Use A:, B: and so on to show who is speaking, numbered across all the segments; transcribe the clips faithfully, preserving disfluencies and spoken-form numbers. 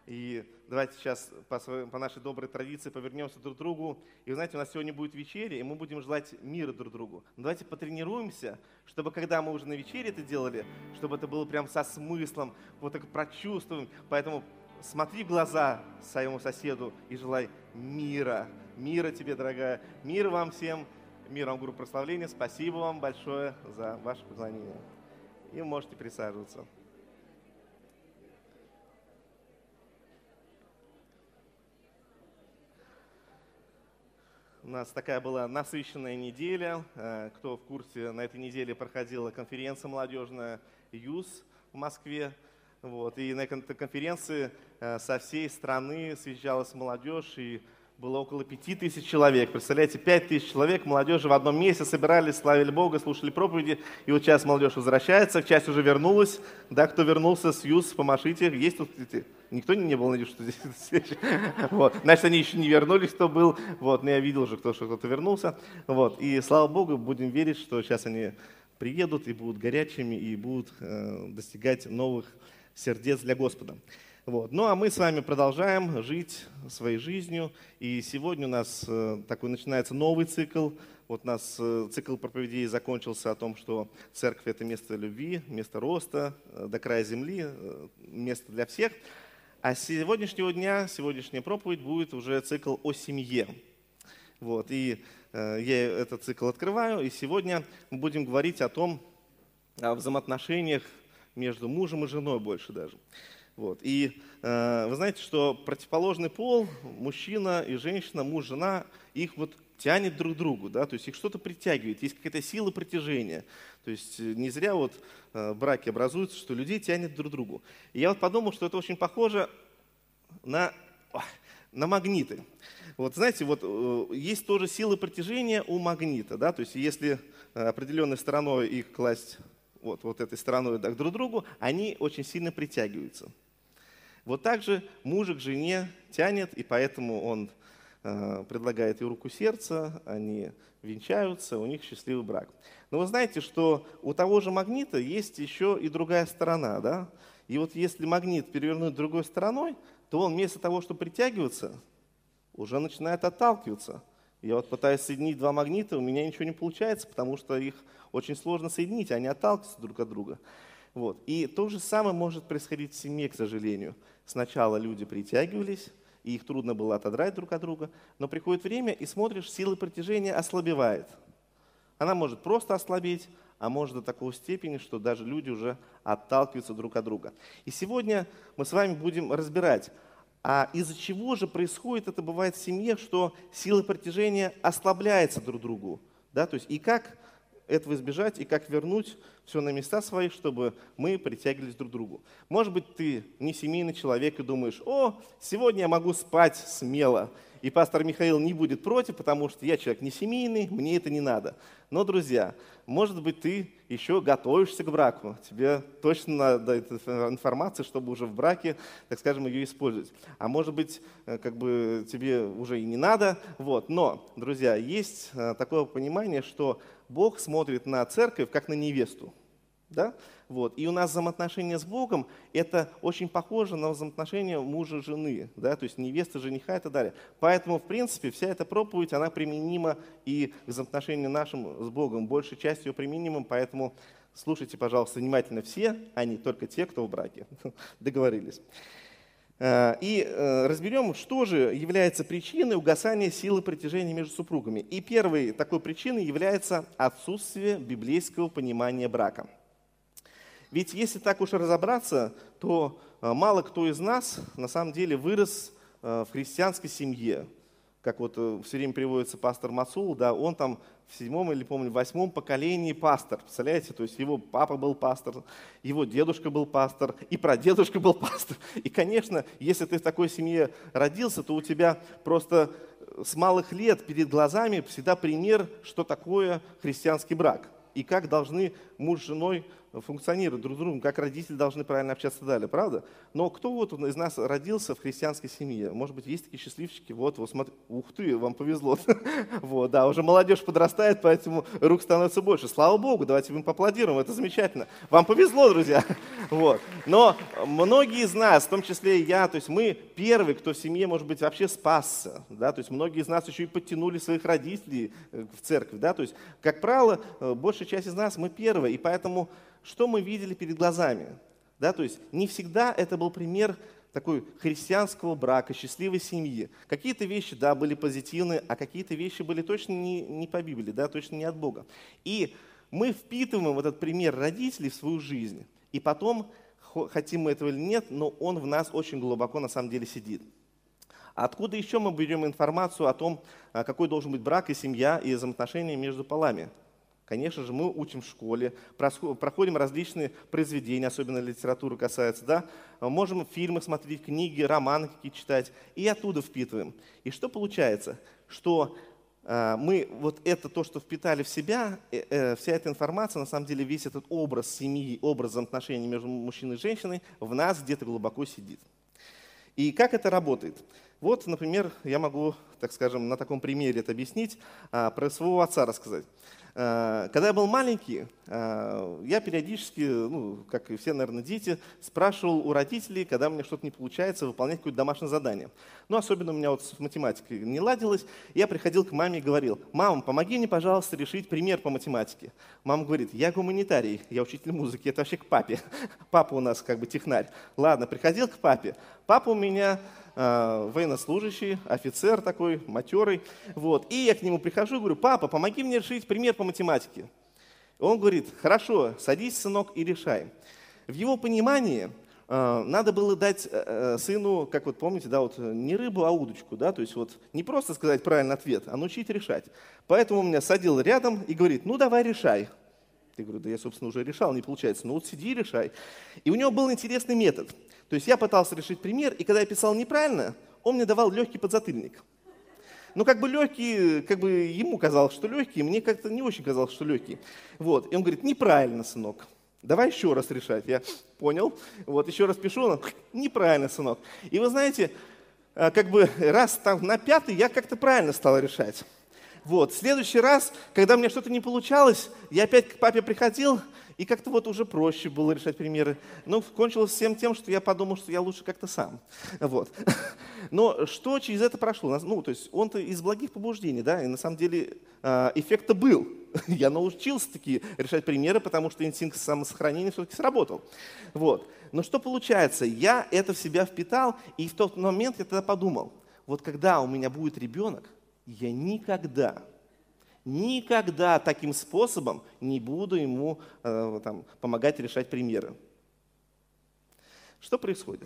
A: И давайте сейчас по, своей, по нашей доброй традиции повернемся друг к другу. И вы знаете, у нас сегодня будет вечеря, и мы будем желать мира друг другу. Но давайте потренируемся, чтобы когда мы уже на вечере это делали, чтобы это было прям со смыслом, вот так прочувствуем. Поэтому смотри в глаза своему соседу и желай мира. Мира тебе, дорогая. Мира вам всем. Мир вам, группа прославления. Спасибо вам большое за ваше поклонение. И вы можете присаживаться. У нас такая была насыщенная неделя. Кто в курсе, на этой неделе проходила конференция молодежная ЮС в Москве. Вот. И на этой конференции со всей страны съезжалась молодежь, и было около пяти тысяч человек. Представляете, пять тысяч человек молодежи в одном месте собирались, славили Бога, слушали проповеди. И вот сейчас молодежь возвращается, часть уже вернулась. Да, кто вернулся с ЮС, помашите. Есть тут никто не был, надеюсь, что здесь. Вот. Значит, они еще не вернулись, кто был. Вот. Но я видел уже, кто, что кто-то вернулся. Вот. И слава Богу, будем верить, что сейчас они приедут и будут горячими, и будут э, достигать новых сердец для Господа. Вот. Ну а мы с вами продолжаем жить своей жизнью. И сегодня у нас э, такой начинается новый цикл. Вот у нас э, цикл проповедей закончился о том, что церковь – это место любви, место роста, э, до края земли, э, место для всех. А с сегодняшнего дня, сегодняшняя проповедь будет уже цикл о семье. Вот. И э, я этот цикл открываю. И сегодня мы будем говорить о том, о взаимоотношениях между мужем и женой больше даже. Вот. И э, вы знаете, что противоположный пол, мужчина и женщина, муж, жена, их вот тянет друг к другу, да, то есть их что-то притягивает, есть какая-то сила притяжения. То есть не зря вот э, браки образуются, что людей тянет друг к другу. И я вот подумал, что это очень похоже на, на магниты. Вот знаете, вот э, есть тоже сила притяжения у магнита, да, то есть если определенной стороной их класть вот, вот этой стороной друг к другу, они очень сильно притягиваются. Вот так же мужик к жене тянет, и поэтому он э, предлагает ей руку сердца, они венчаются, у них счастливый брак. Но вы знаете, что у того же магнита есть еще и другая сторона, да? И вот если магнит перевернуть другой стороной, то он вместо того, чтобы притягиваться, уже начинает отталкиваться. Я вот пытаюсь соединить два магнита, у меня ничего не получается, потому что их очень сложно соединить, они отталкиваются друг от друга. Вот. И то же самое может происходить в семье, к сожалению. Сначала люди притягивались, и их трудно было отодрать друг от друга, но приходит время, и смотришь, сила притяжения ослабевает. Она может просто ослабеть, а может до такой степени, что даже люди уже отталкиваются друг от друга. И сегодня мы с вами будем разбирать, а из-за чего же происходит это бывает в семье, что сила притяжения ослабляется друг другу, да, то есть и как этого избежать, и как вернуть все на места свои, чтобы мы притягивались друг к другу. Может быть, ты не семейный человек и думаешь: о, сегодня я могу спать смело, и пастор Михаил не будет против, потому что я человек не семейный, мне это не надо. Но, друзья, может быть, ты еще готовишься к браку, тебе точно надо эта информация, чтобы уже в браке, так скажем, ее использовать. А может быть, как бы тебе уже и не надо. Вот. Но, друзья, есть такое понимание, что Бог смотрит на церковь как на невесту. Да? Вот. И у нас взаимоотношения с Богом – это очень похоже на взаимоотношения мужа и жены, да? То есть невеста, жениха и так далее. Поэтому, в принципе, вся эта проповедь, она применима и к взаимоотношениям нашим с Богом, большей частью ее применима, поэтому слушайте, пожалуйста, внимательно все, а не только те, кто в браке. Договорились. И разберем, что же является причиной угасания силы притяжения между супругами. И первой такой причиной является отсутствие библейского понимания брака. Ведь если так уж разобраться, то мало кто из нас на самом деле вырос в христианской семье. Как вот все время приводится пастор Мацул, да, он там в седьмом или, помню, восьмом поколении пастор. Представляете, то есть его папа был пастор, его дедушка был пастор, и прадедушка был пастор. И, конечно, если ты в такой семье родился, то у тебя просто с малых лет перед глазами всегда пример, что такое христианский брак. И как должны муж с женой функционируют друг с другом, как родители должны правильно общаться и так далее, правда? Но кто вот из нас родился в христианской семье? Может быть, есть такие счастливчики? Вот, вот смотри, ух ты, вам повезло. Вот, да, уже молодежь подрастает, поэтому рук становится больше. Слава Богу, давайте им поаплодируем, это замечательно. Вам повезло, друзья. Вот. Но многие из нас, в том числе и я, то есть мы первые, кто в семье, может быть, вообще спасся. Да? То есть многие из нас еще и подтянули своих родителей в церковь. Да? То есть, как правило, большая часть из нас, мы первые, и поэтому что мы видели перед глазами? Да, то есть не всегда это был пример такой христианского брака, счастливой семьи. Какие-то вещи, да, были позитивные, а какие-то вещи были точно не, не по Библии, да, точно не от Бога. И мы впитываем этот пример родителей в свою жизнь. И потом, хотим мы этого или нет, но он в нас очень глубоко на самом деле сидит. Откуда еще мы берем информацию о том, какой должен быть брак и семья, и взаимоотношения между полами? Конечно же, мы учим в школе, проходим различные произведения, особенно литературу касается, да, можем фильмы смотреть, книги, романы какие читать, и оттуда впитываем. И что получается? Что э, мы вот это, то, что впитали в себя, э, э, вся эта информация, на самом деле весь этот образ семьи, образ взаимоотношений между мужчиной и женщиной в нас где-то глубоко сидит. И как это работает? Вот, например, я могу, так скажем, на таком примере это объяснить, а, про своего отца рассказать. А, когда я был маленький, а, я периодически, ну, как и все, наверное, дети, спрашивал у родителей, когда у меня что-то не получается, выполнять какое-то домашнее задание. Ну, особенно у меня вот с математикой не ладилось. Я приходил к маме и говорил: «Мама, помоги мне, пожалуйста, решить пример по математике». Мама говорит: «Я гуманитарий, я учитель музыки, это вообще к папе». Папа у нас как бы технарь. Ладно, приходил к папе. Папа у меня военнослужащий, офицер такой, матерый. Вот. И я к нему прихожу и говорю: «Папа, помоги мне решить пример по математике». Он говорит: «Хорошо, садись, сынок, и решай». В его понимании э, надо было дать э, сыну, как вот помните, да, вот, не рыбу, а удочку. Да, то есть вот, не просто сказать правильный ответ, а научить решать. Поэтому он меня садил рядом и говорит: «Ну давай решай». Я говорю: «Да я, собственно, уже решал, не получается». «Ну вот сиди и решай». И у него был интересный метод. То есть я пытался решить пример, и когда я писал неправильно, он мне давал легкий подзатыльник. Ну, как бы легкий, как бы ему казалось, что легкий, мне как-то не очень казалось, что легкий. Вот. И он говорит: «Неправильно, сынок. Давай еще раз решать». Я понял. Вот, еще раз пишу, он: «Неправильно, сынок». И вы знаете, как бы раз там на пятый я как-то правильно стал решать. Вот. В следующий раз, когда у меня что-то не получалось, я опять к папе приходил, и как-то вот уже проще было решать примеры. Ну, кончилось всем тем, что я подумал, что я лучше как-то сам. Вот. Но что через это прошло? Ну, то есть он-то из благих побуждений, да, и на самом деле эффект-то был. Я научился таки решать примеры, потому что инстинкт самосохранения все-таки сработал. Вот. Но что получается? Я это в себя впитал, и в тот момент я тогда подумал: вот когда у меня будет ребенок, я никогда... Никогда таким способом не буду ему э, там, помогать решать примеры. Что происходит?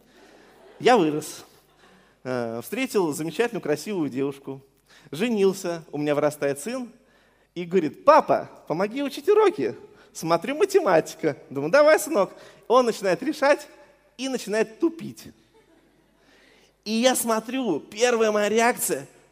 A: Я вырос, э, встретил замечательную красивую девушку, женился, у меня вырастает сын и говорит: «Папа, помоги учить уроки». Смотрю, математика. Думаю: «Давай, сынок». Он начинает решать и начинает тупить. И я смотрю, первая моя реакция —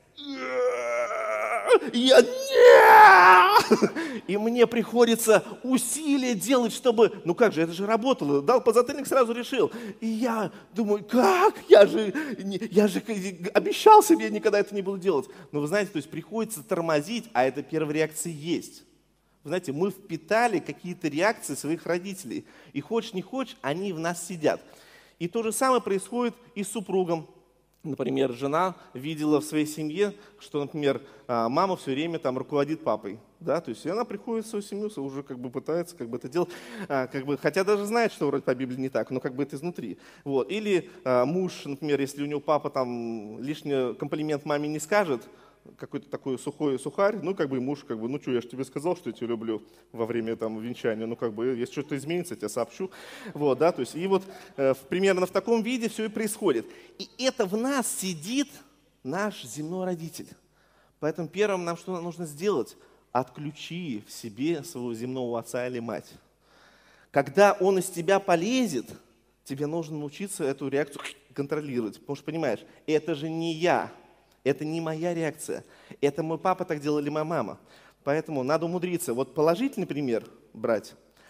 A: я нет! И мне приходится усилия делать, чтобы... Ну как же, это же работало. Дал подзатыльник, сразу решил. И я думаю: как? Я же, я же обещал себе никогда это не буду делать. Но вы знаете, то есть приходится тормозить, а это первая реакция есть. Вы знаете, мы впитали какие-то реакции своих родителей. И хочешь не хочешь, они в нас сидят. И то же самое происходит и с супругом. Например, жена видела в своей семье, что, например, мама все время там руководит папой, да, то есть и она приходит в свою семью, уже как бы пытается как бы это делать, как бы, хотя даже знает, что вроде по Библии не так, но как бы это изнутри. Вот. Или а, муж, например, если у него папа там лишний комплимент маме не скажет, какой-то такой сухой сухарь, ну, как бы и муж, как бы, ну, что, я же тебе сказал, что я тебя люблю во время там венчания, ну, как бы, если что-то изменится, я тебе сообщу, вот, да, то есть, и вот э, примерно в таком виде все и происходит. И это в нас сидит наш земной родитель. Поэтому первым нам что нужно сделать? Отключи в себе своего земного отца или мать. Когда он из тебя полезет, тебе нужно научиться эту реакцию контролировать, потому что, понимаешь, это же не я. Это не моя реакция. Это мой папа так делал или моя мама. Поэтому надо умудриться. Вот положительный пример брать,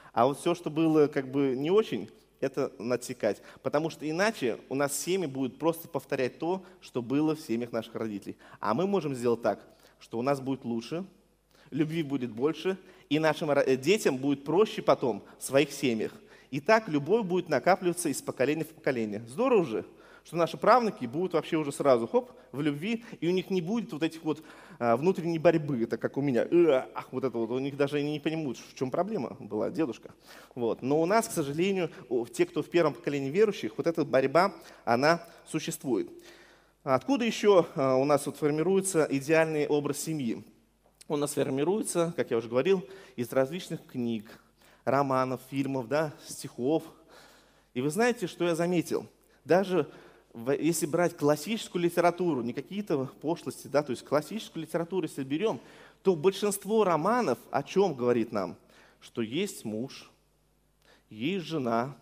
A: А вот все, что было как бы не очень, это надсекать. Потому что иначе у нас семьи будут просто повторять то, что было в семьях наших родителей. А мы можем сделать так, что у нас будет лучше, любви будет больше, и нашим детям будет проще потом в своих семьях. И так любовь будет накапливаться из поколения в поколение. Здорово же, что наши правнуки будут вообще уже сразу, хоп, в любви, и у них не будет вот этих вот а, внутренней борьбы, это как у меня, ах, вот это вот, у них даже не понимают, в чем проблема была, дедушка. Вот. Но у нас, к сожалению, у, те, кто в первом поколении верующих, вот эта борьба, она существует. Откуда еще а, у нас вот формируется идеальный образ семьи? Он у нас формируется, как я уже говорил, из различных книг, романов, фильмов, да, стихов. И вы знаете, что я заметил? Даже если брать классическую литературу, не какие-то пошлости, да, то есть классическую литературу, если берем, то большинство романов о чем говорит нам? Что есть муж, есть жена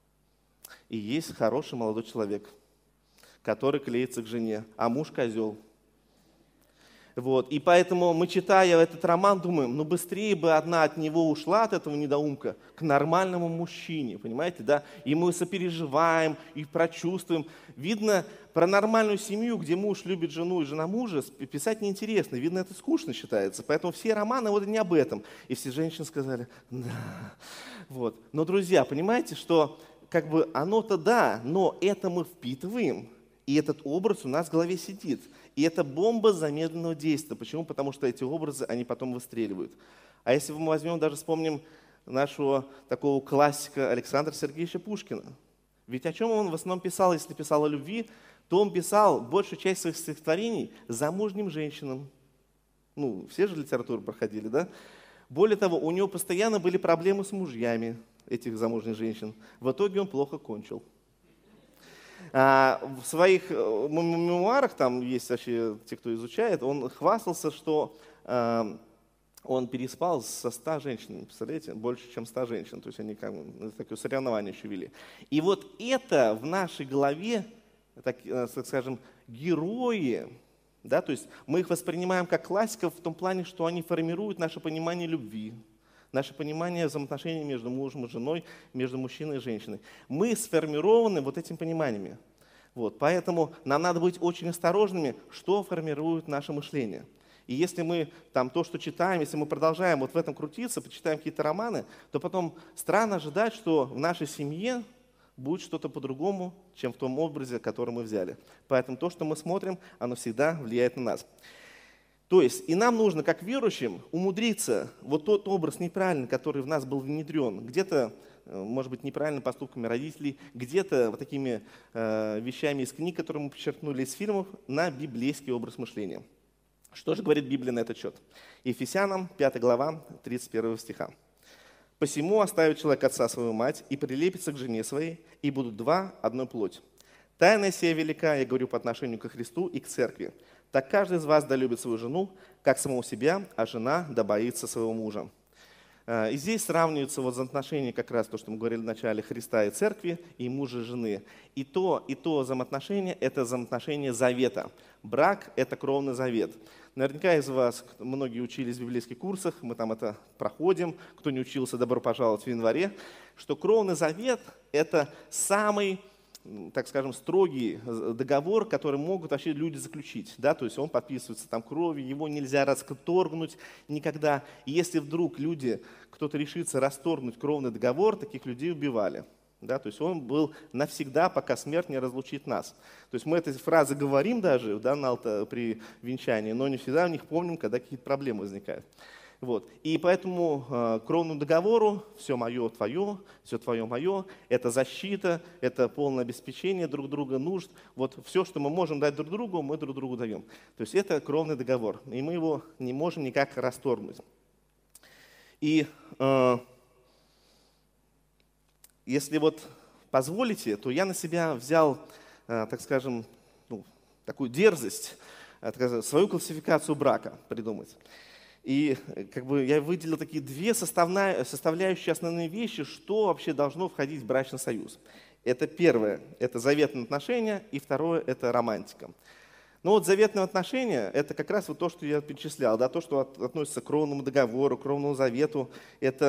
A: и есть хороший молодой человек, который клеится к жене, а муж козел. Вот. И поэтому мы, читая этот роман, думаем, ну быстрее бы одна от него ушла, от этого недоумка, к нормальному мужчине, понимаете, да? И мы сопереживаем, и прочувствуем. Видно, про нормальную семью, где муж любит жену и жена мужа, писать неинтересно. Видно, это скучно считается. Поэтому все романы вот не об этом. И все женщины сказали, да. Вот. Но, друзья, понимаете, что как бы оно-то да, но это мы впитываем, и этот образ у нас в голове сидит. И это бомба замедленного действия. Почему? Потому что эти образы, они потом выстреливают. А если мы возьмем, даже вспомним нашего такого классика Александра Сергеевича Пушкина. Ведь о чем он в основном писал, если писал о любви, то он писал большую часть своих стихотворений замужним женщинам. Ну, все же литературу проходили, да? Более того, у него постоянно были проблемы с мужьями этих замужних женщин. В итоге он плохо кончил. А в своих мемуарах, там есть вообще те, кто изучает, он хвастался, что э, он переспал со ста женщинами, представляете, больше, чем ста женщин, то есть они как бы такое соревнование еще вели. И вот это в нашей голове, так, так скажем, герои, да, то есть мы их воспринимаем как классиков в том плане, что они формируют наше понимание любви, наше понимание взаимоотношений между мужем и женой, между мужчиной и женщиной. Мы сформированы вот этими пониманиями. Вот, поэтому нам надо быть очень осторожными, что формирует наше мышление. И если мы там то, что читаем, если мы продолжаем вот в этом крутиться, почитаем какие-то романы, то потом странно ожидать, что в нашей семье будет что-то по-другому, чем в том образе, который мы взяли. Поэтому то, что мы смотрим, оно всегда влияет на нас. То есть и нам нужно, как верующим, умудриться вот тот образ неправильный, который в нас был внедрен, где-то, может быть, неправильными поступками родителей, где-то вот такими э, вещами из книг, которые мы подчеркнули из фильмов, на библейский образ мышления. Что же говорит Библия на этот счет? Ефесянам, пятая глава, тридцать первого стиха. «Посему оставит человек отца свою мать и прилепится к жене своей, и будут два одной плоть. Тайна сия велика, я говорю по отношению ко Христу и к церкви. Так каждый из вас да любит свою жену, как самого себя, а жена да боится своего мужа». И здесь сравниваются вот взаимоотношения, как раз то, что мы говорили в начале, Христа и церкви, и мужа и жены. И то, и то взаимоотношение – это взаимоотношение завета. Брак – это кровный завет. Наверняка из вас многие учились в библейских курсах, мы там это проходим. Кто не учился, добро пожаловать в январе. Что кровный завет – это самый, так скажем, строгий договор, который могут вообще люди заключить. Да? То есть он подписывается там кровью, его нельзя расторгнуть никогда. И если вдруг люди, кто-то решится расторгнуть кровный договор, таких людей убивали. Да? То есть он был навсегда, пока смерть не разлучит нас. То есть мы эти фразы говорим даже да, при венчании, но не всегда в них помним, когда какие-то проблемы возникают. Вот. И поэтому э, кровному договору все мое, твое, все твое, мое, это защита, это полное обеспечение друг друга нужд. Вот все, что мы можем дать друг другу, мы друг другу даем. То есть это кровный договор, и мы его не можем никак расторгнуть. И э, если вот позволите, то я на себя взял, э, так скажем, ну, такую дерзость, э, так сказать, свою классификацию брака придумать. И как бы я выделил такие две составляющие основные вещи, что вообще должно входить в брачный союз. Это первое, это заветные отношения, и второе, это романтика. Но вот заветные отношения, это как раз вот то, что я перечислял, да, то, что от, относится к кровному договору, к кровному завету. Это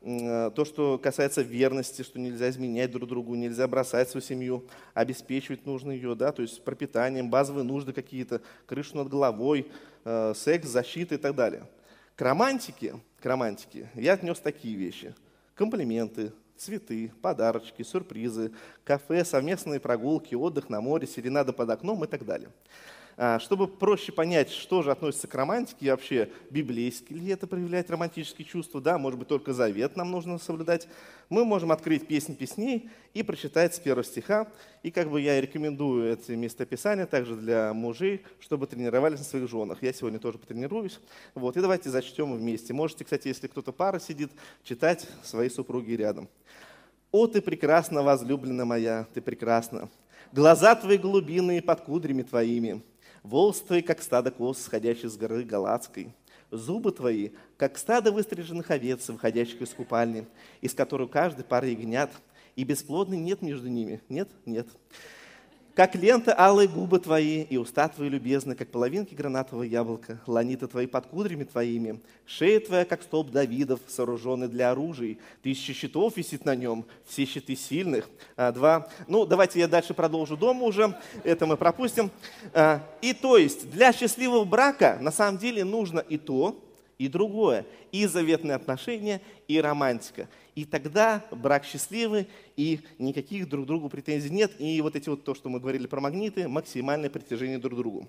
A: то, что касается верности, что нельзя изменять друг другу, нельзя бросать свою семью, обеспечивать нужно ее, да, то есть пропитанием, базовые нужды какие-то, крышу над головой, секс, защита и так далее. К романтике, к романтике я отнес такие вещи. Комплименты, цветы, подарочки, сюрпризы, кафе, совместные прогулки, отдых на море, серенада под окном и так далее. Чтобы проще понять, что же относится к романтике, и вообще библейски ли это проявляет романтические чувства, да, может быть, только завет нам нужно соблюдать, мы можем открыть «Песнь песней» и прочитать с первого стиха. И как бы я рекомендую эти местописания также для мужей, чтобы тренировались на своих женах. Я сегодня тоже потренируюсь. Вот, и давайте зачтем вместе. Можете, кстати, если кто-то пара сидит, читать своей супруги рядом. «О, ты прекрасна, возлюбленная моя, ты прекрасна! Глаза твои голубиные под кудрями твоими, волосы твои, как стадо коз, сходящих с горы Галатской, зубы твои, как стадо выстриженных овец, выходящих из купальни, из которой каждый пар ягнят, и бесплодный нет между ними». Нет? Нет. «Как лента алые губы твои, и уста твои любезны, как половинки гранатового яблока, ланиты твои под кудрями твоими, шея твоя, как столб Давидов, сооруженный для оружий, тысяча щитов висит на нем, все щиты сильных». А, два. Ну, давайте я дальше продолжу дома уже, это мы пропустим. А, и то есть для счастливого брака на самом деле нужно и то, и другое, и заветные отношения, и романтика. И тогда брак счастливый, и никаких друг к другу претензий нет. И вот эти вот то, что мы говорили про магниты, максимальное притяжение друг к другу.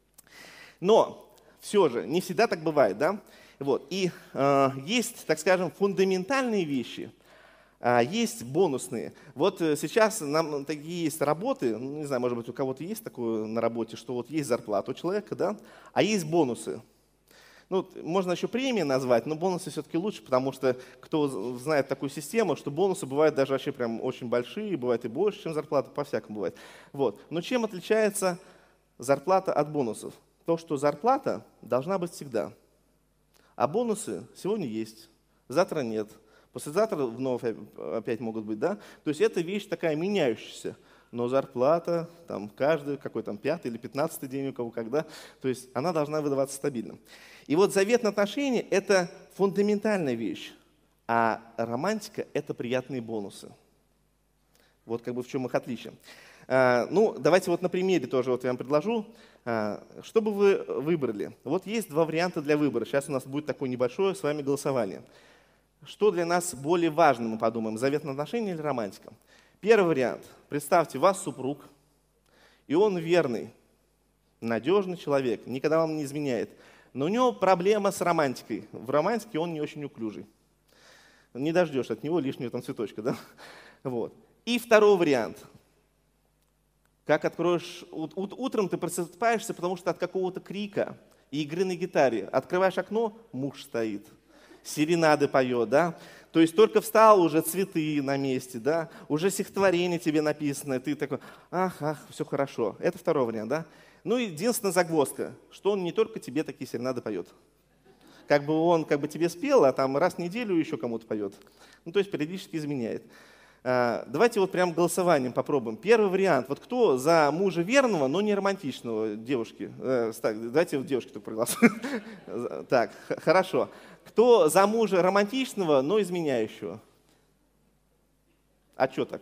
A: Но все же не всегда так бывает, да? Вот. И э, есть, так скажем, фундаментальные вещи, а есть бонусные. Вот сейчас нам такие есть работы, ну, не знаю, может быть, у кого-то есть такое на работе, что вот есть зарплата у человека, да, а есть бонусы. Ну, можно еще премии назвать, но бонусы все-таки лучше, потому что кто знает такую систему, что бонусы бывают даже вообще прям очень большие, бывает и больше, чем зарплата, по-всякому бывает. Вот. Но чем отличается зарплата от бонусов? То, что зарплата должна быть всегда, а бонусы сегодня есть, завтра нет, послезавтра вновь опять могут быть, да? То есть это вещь такая меняющаяся. Но зарплата, там, каждый, какой там, пятый или пятнадцатый день у кого когда, то есть она должна выдаваться стабильно. И вот заветные отношения – это фундаментальная вещь, а романтика – это приятные бонусы. Вот как бы в чем их отличие. А, ну, давайте вот на примере тоже вот я вам предложу. А, что бы вы выбрали? Вот есть два варианта для выбора. Сейчас у нас будет такое небольшое с вами голосование. Что для нас более важно, мы подумаем, заветные отношения или романтика? Первый вариант. Представьте, у вас супруг, и он верный, надежный человек, никогда вам не изменяет. Но у него проблема с романтикой. В романтике он не очень уклюжий. Не дождешь от него лишнего там цветочка, да? Вот. И второй вариант. Как откроешь, утром ты просыпаешься, потому что от какого-то крика и игры на гитаре. Открываешь окно, муж стоит, серенады поет, да? То есть только встал, уже цветы на месте, да, уже стихотворение тебе написано, и ты такой, ах, ах, все хорошо. Это второй вариант, да. Ну, единственная загвоздка, что он не только тебе такие серенады поет. Как бы он как бы тебе спел, а там раз в неделю еще кому-то поет. Ну, то есть периодически изменяет. А, давайте вот прям голосованием попробуем. Первый вариант. Вот кто за мужа верного, но не романтичного девушки? Э, так, давайте вот девушки только проголосуем. Так, хорошо. Кто за мужа романтичного, но изменяющего? А что так?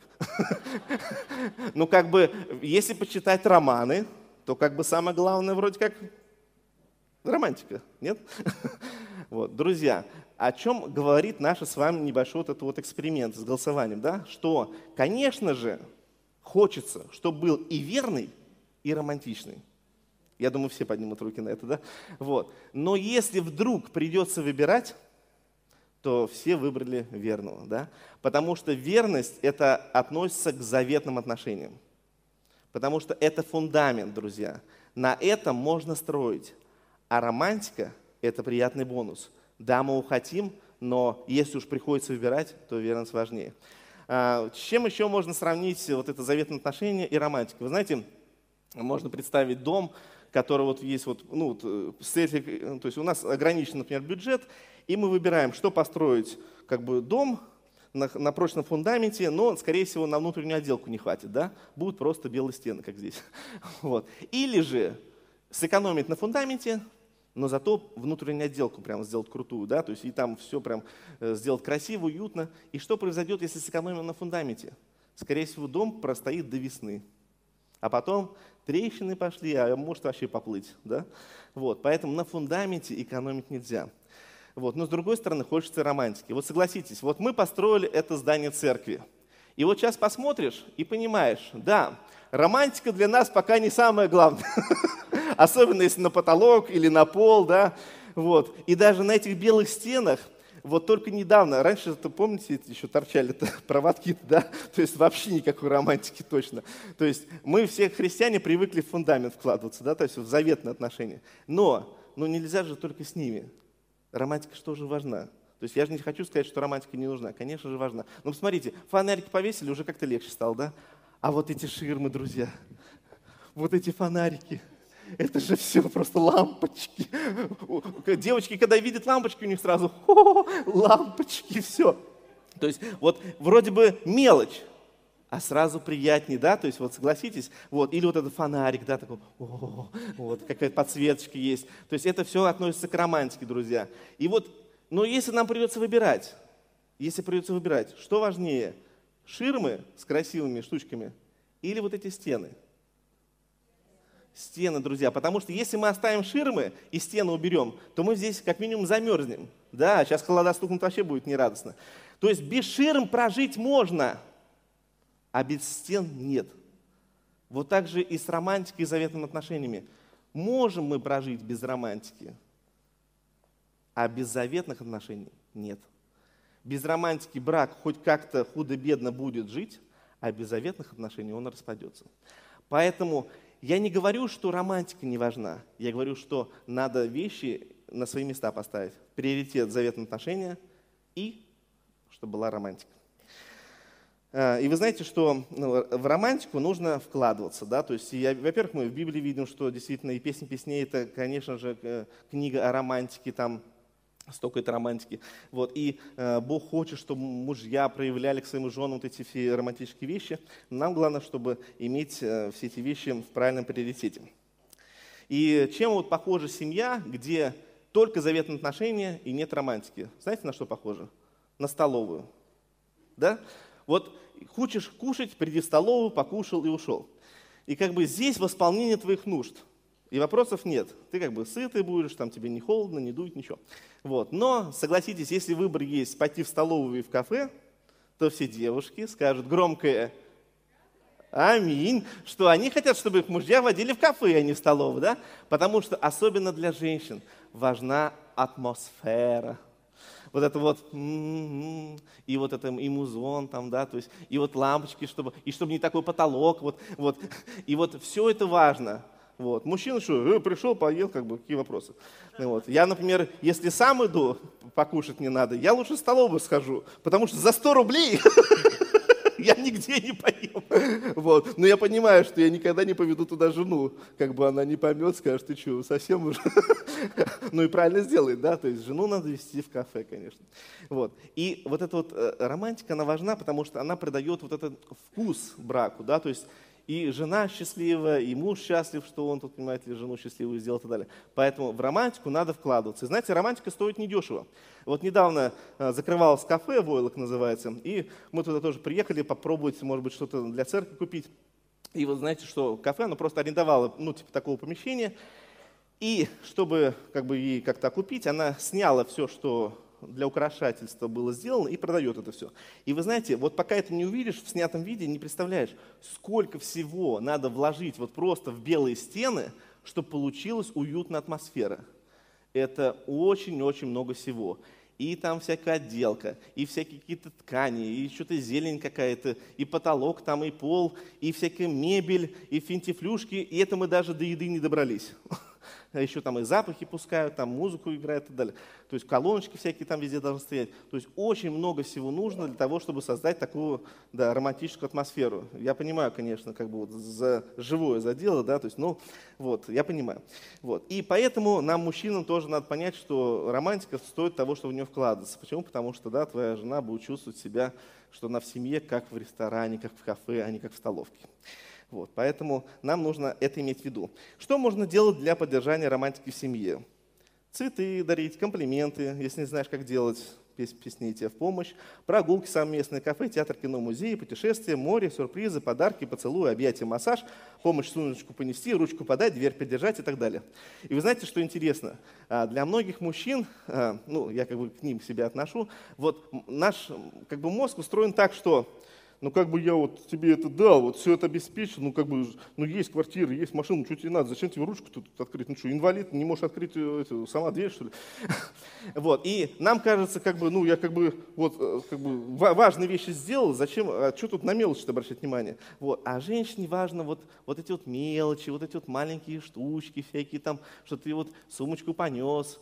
A: Ну, как бы, если почитать романы, то как бы самое главное вроде как романтика, нет? Вот, друзья, о чем говорит наш с вами небольшой вот этот вот эксперимент с голосованием, да? Что, конечно же, хочется, чтобы был и верный, и романтичный. Я думаю, все поднимут руки на это, да? Вот. Но если вдруг придется выбирать, то все выбрали верного, да? Потому что верность – это относится к заветным отношениям. Потому что это фундамент, друзья. На этом можно строить. А романтика – это приятный бонус. Да, мы его хотим, но если уж приходится выбирать, то верность важнее. С чем еще можно сравнить вот это заветное отношение и романтика? Вы знаете, можно представить дом, который вот есть, вот, ну, то есть у нас ограничен, например, бюджет, и мы выбираем, что построить, как бы дом на, на прочном фундаменте, но, скорее всего, на внутреннюю отделку не хватит, да? Будут просто белые стены, как здесь. Вот. Или же сэкономить на фундаменте но зато внутреннюю отделку прям сделать крутую, да, то есть и там все прям сделать красиво, уютно. И что произойдет, если сэкономим на фундаменте? Скорее всего, дом простоит до весны, а потом трещины пошли, а может вообще поплыть, да? Вот, поэтому на фундаменте экономить нельзя. Вот, но с другой стороны, хочется романтики. Вот согласитесь, вот мы построили это здание церкви, и вот сейчас посмотришь и понимаешь, да, романтика для нас пока не самое главное. Особенно если на потолок или на пол, да, вот. И даже на этих белых стенах, вот только недавно, раньше, это, помните, еще торчали проводки, да, то есть вообще никакой романтики точно. То есть мы все христиане привыкли в фундамент вкладываться, да, то есть в заветные отношения. Но, но нельзя же только с ними. Романтика что же важна? То есть я же не хочу сказать, что романтика не нужна, конечно же важна. Но посмотрите, фонарики повесили, уже как-то легче стало, да? А вот эти ширмы, друзья, вот эти фонарики, это же все просто лампочки. Девочки, когда видят лампочки, у них сразу о, лампочки, все. То есть вот вроде бы мелочь, а сразу приятнее, да, то есть вот согласитесь, вот, или вот этот фонарик, да, такой, о, вот, какая-то подсветочка есть. То есть это все относится к романтике, друзья. И вот, но если нам придется выбирать, если придется выбирать, что важнее, ширмы с красивыми штучками или вот эти стены? Стены, друзья, потому что если мы оставим ширмы и стены уберем, то мы здесь как минимум замерзнем. Да, сейчас холода стукнут, вообще будет нерадостно. То есть без ширм прожить можно, а без стен нет. Вот так же и с романтикой и заветными отношениями. Можем мы прожить без романтики, а без заветных отношений нет. Без романтики брак хоть как-то худо-бедно будет жить, а без заветных отношений он распадется. Поэтому я не говорю, что романтика не важна. Я говорю, что надо вещи на свои места поставить. Приоритет заветные отношения и чтобы была романтика. И вы знаете, что ну, в романтику нужно вкладываться. Да? То есть, я, во-первых, мы в Библии видим, что действительно и «Песнь песней» — это, конечно же, книга о романтике, там столько это романтики. Вот. И э, Бог хочет, чтобы мужья проявляли к своим женам вот эти все романтические вещи. Нам главное, чтобы иметь э, все эти вещи в правильном приоритете. И чем вот похожа семья, где только заветные отношения и нет романтики? Знаете, на что похоже? На столовую. Да? Вот хочешь кушать, приди в столовую, покушал и ушел. И как бы здесь восполнение твоих нужд. И вопросов нет. Ты как бы сытый будешь, там тебе не холодно, не дует, ничего. Вот. Но, согласитесь, если выбор есть пойти в столовую и в кафе, то все девушки скажут громкое «Аминь», что они хотят, чтобы их мужья водили в кафе, а не в столовую, да? Потому что особенно для женщин важна атмосфера. Вот это вот, м-м-м, и вот это и музон там, да, то есть, и вот лампочки, чтобы, и чтобы не такой потолок, вот, вот, и вот все это важно. Вот. Мужчина что, э, пришел, поел, как бы, какие вопросы? Вот. Я, например, если сам иду, покушать не надо, я лучше в столовую схожу, потому что за сто рублей я нигде не поем. Вот. Но я понимаю, что я никогда не поведу туда жену, как бы она не поймет, скажет, ты что, совсем уже? Ну и правильно сделает, да, то есть жену надо везти в кафе, конечно. Вот. И вот эта вот романтика, она важна, потому что она придает вот этот вкус браку, да, то есть и жена счастлива, и муж счастлив, что он тут, понимаете ли, жену счастливую сделал и так далее. Поэтому в романтику надо вкладываться. И знаете, романтика стоит недешево. Вот недавно закрывалось кафе, «Войлок» называется, и мы туда тоже приехали попробовать, может быть, что-то для церкви купить. И вот знаете, что кафе, оно просто арендовало, ну, типа такого помещения, и чтобы как бы ей как-то окупить, она сняла все, что для украшательства было сделано, и продает это все. И вы знаете, вот пока это не увидишь в снятом виде, не представляешь, сколько всего надо вложить вот просто в белые стены, чтобы получилась уютная атмосфера. Это очень-очень много всего. И там всякая отделка, и всякие какие-то ткани, и что-то зелень какая-то, и потолок там, и пол, и всякая мебель, и финтифлюшки, и это мы даже до еды не добрались. А еще там и запахи пускают, там музыку играют и так далее. То есть колоночки всякие там везде должны стоять. То есть очень много всего нужно для того, чтобы создать такую, да, романтическую атмосферу. Я понимаю, конечно, как бы вот за живое задело, да, то есть, ну, вот, я понимаю. Вот. И поэтому нам, мужчинам, тоже надо понять, что романтика стоит того, чтобы в нее вкладываться. Почему? Потому что, да, твоя жена будет чувствовать себя, что она в семье, как в ресторане, как в кафе, а не как в столовке. Вот, поэтому нам нужно это иметь в виду. Что можно делать для поддержания романтики в семье? Цветы дарить, комплименты, если не знаешь, как делать, песни тебе в помощь, прогулки совместные, кафе, театр, кино, музей, путешествия, море, сюрпризы, подарки, поцелуи, объятия, массаж, помощь сумочку понести, ручку подать, дверь поддержать и так далее. И вы знаете, что интересно? Для многих мужчин, ну, я как бы к ним себя отношу, вот наш как бы мозг устроен так, что ну как бы я вот тебе это дал, вот все это обеспечил, ну как бы, ну есть квартира, есть машина, ну что тебе надо, зачем тебе ручку тут открыть, ну что, инвалид, не можешь открыть эту, сама дверь, что ли? Вот, и нам кажется, как бы, ну я как бы, вот, как бы важные вещи сделал, зачем, а что тут на мелочи обращать внимание? Вот, а женщине важно вот, вот эти вот мелочи, вот эти вот маленькие штучки всякие там, что ты вот сумочку понес,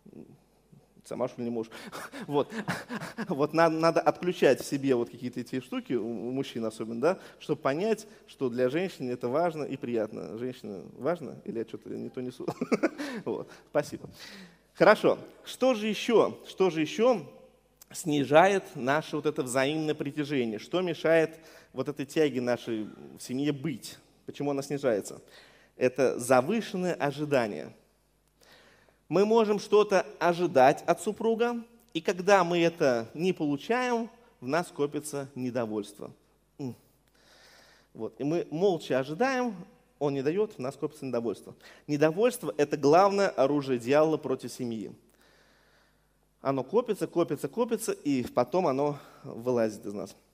A: сама что ли не можешь. Вот, вот надо, надо отключать в себе вот какие-то эти штуки, у мужчин особенно, да, чтобы понять, что для женщины это важно и приятно. Женщина важно? Или я что-то не то несу? Вот, спасибо. Хорошо. Что же еще? Что же еще снижает наше вот это взаимное притяжение? Что мешает вот этой тяге нашей в семье быть? Почему она снижается? Это завышенное ожидание. Мы можем что-то ожидать от супруга, и когда мы это не получаем, в нас копится недовольство. Вот. И мы молча ожидаем, он не дает, в нас копится недовольство. Недовольство – это главное оружие дьявола против семьи. Оно копится, копится, копится, и потом оно вылазит из нас.